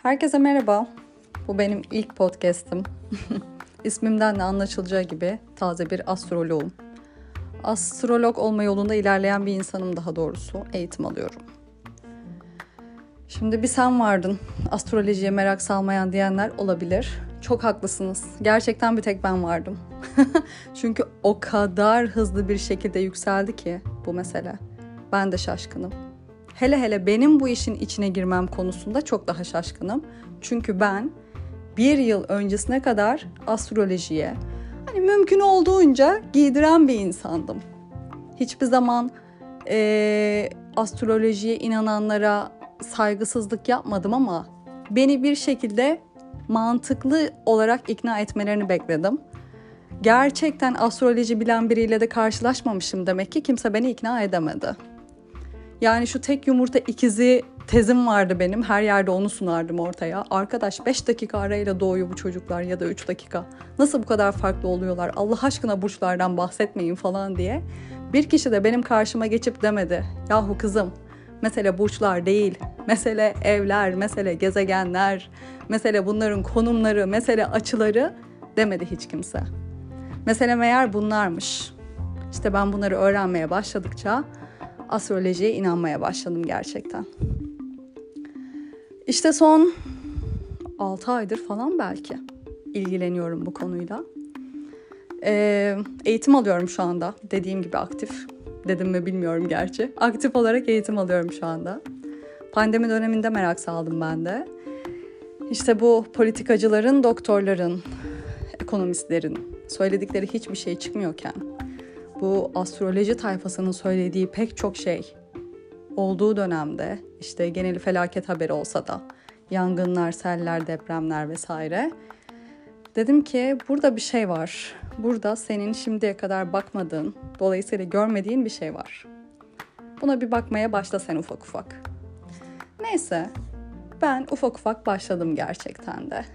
Herkese merhaba. Bu benim ilk podcast'im. İsmimden de anlaşılacağı gibi taze bir astroloğum. Astrolog olma yolunda ilerleyen bir insanım daha doğrusu. Eğitim alıyorum. Şimdi bir sen vardın, astrolojiye merak salmayan diyenler olabilir. Çok haklısınız. Gerçekten bir tek ben vardım. Çünkü o kadar hızlı bir şekilde yükseldi ki bu mesele. Ben de şaşkınım. Hele benim bu işin içine girmem konusunda çok daha şaşkınım. Çünkü ben bir yıl öncesine kadar astrolojiye mümkün olduğunca giydiren bir insandım. Hiçbir zaman astrolojiye inananlara saygısızlık yapmadım ama beni bir şekilde mantıklı olarak ikna etmelerini bekledim. Gerçekten astroloji bilen biriyle de karşılaşmamışım demek ki kimse beni ikna edemedi. Yani şu tek yumurta ikizi tezim vardı benim. Her yerde onu sunardım ortaya. Arkadaş 5 dakika arayla doğuyor bu çocuklar ya da 3 dakika. Nasıl bu kadar farklı oluyorlar? Allah aşkına burçlardan bahsetmeyin falan diye. Bir kişi de benim karşıma geçip demedi. Yahu kızım, mesele burçlar değil. Mesele evler, mesele gezegenler, mesele bunların konumları, mesele açıları demedi hiç kimse. Mesele meğer bunlarmış. İşte ben bunları öğrenmeye başladıkça astrolojiye inanmaya başladım gerçekten. İşte son 6 aydır falan belki ilgileniyorum bu konuyla. Eğitim alıyorum şu anda. Dediğim gibi aktif. Dedim mi bilmiyorum gerçi. Aktif olarak eğitim alıyorum şu anda. Pandemi döneminde merak saldım ben de. İşte bu politikacıların, doktorların, ekonomistlerin söyledikleri hiçbir şey çıkmıyorken bu astroloji tayfasının söylediği pek çok şey olduğu dönemde işte geneli felaket haberi olsa da yangınlar, seller, depremler vesaire dedim ki burada bir şey var. Burada senin şimdiye kadar bakmadığın, dolayısıyla görmediğin bir şey var. Buna bir bakmaya başla sen ufak ufak. Neyse ben ufak ufak başladım gerçekten de.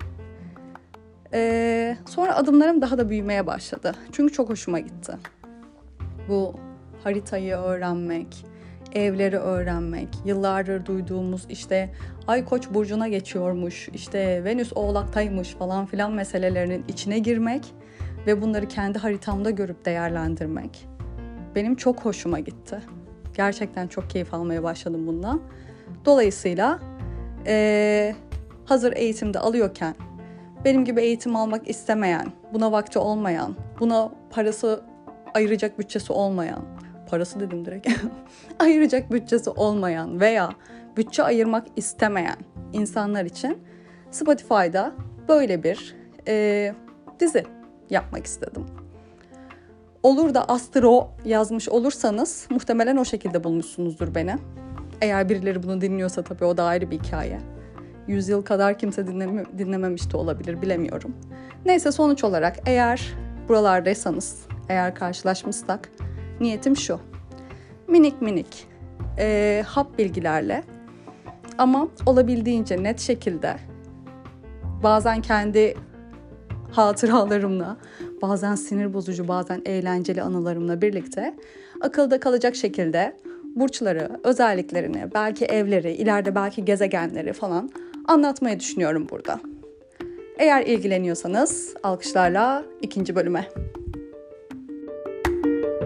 Sonra adımlarım daha da büyümeye başladı. Çünkü çok hoşuma gitti. Bu haritayı öğrenmek, evleri öğrenmek, yıllardır duyduğumuz işte Ay Koç burcuna geçiyormuş, işte Venüs Oğlak'taymış falan filan meselelerinin içine girmek ve bunları kendi haritamda görüp değerlendirmek benim çok hoşuma gitti. Gerçekten çok keyif almaya başladım bundan. Dolayısıyla hazır eğitimde alıyorken benim gibi eğitim almak istemeyen, buna vakti olmayan, buna parası ayıracak bütçesi olmayan, parası dedim direkt, ayıracak bütçesi olmayan veya bütçe ayırmak istemeyen insanlar için Spotify'da böyle bir dizi yapmak istedim. Olur da Astro yazmış olursanız muhtemelen o şekilde bulmuşsunuzdur beni. Eğer birileri bunu dinliyorsa tabii o da ayrı bir hikaye. 100 yıl kadar kimse dinlememiş de olabilir, bilemiyorum. Neyse sonuç olarak eğer buralardaysanız, eğer karşılaşmışsak niyetim şu. Minik hap bilgilerle ama olabildiğince net şekilde bazen kendi hatıralarımla, bazen sinir bozucu, bazen eğlenceli anılarımla birlikte akılda kalacak şekilde burçları, özelliklerini, belki evleri, ileride belki gezegenleri falan anlatmayı düşünüyorum burada. Eğer ilgileniyorsanız alkışlarla 2. bölüme.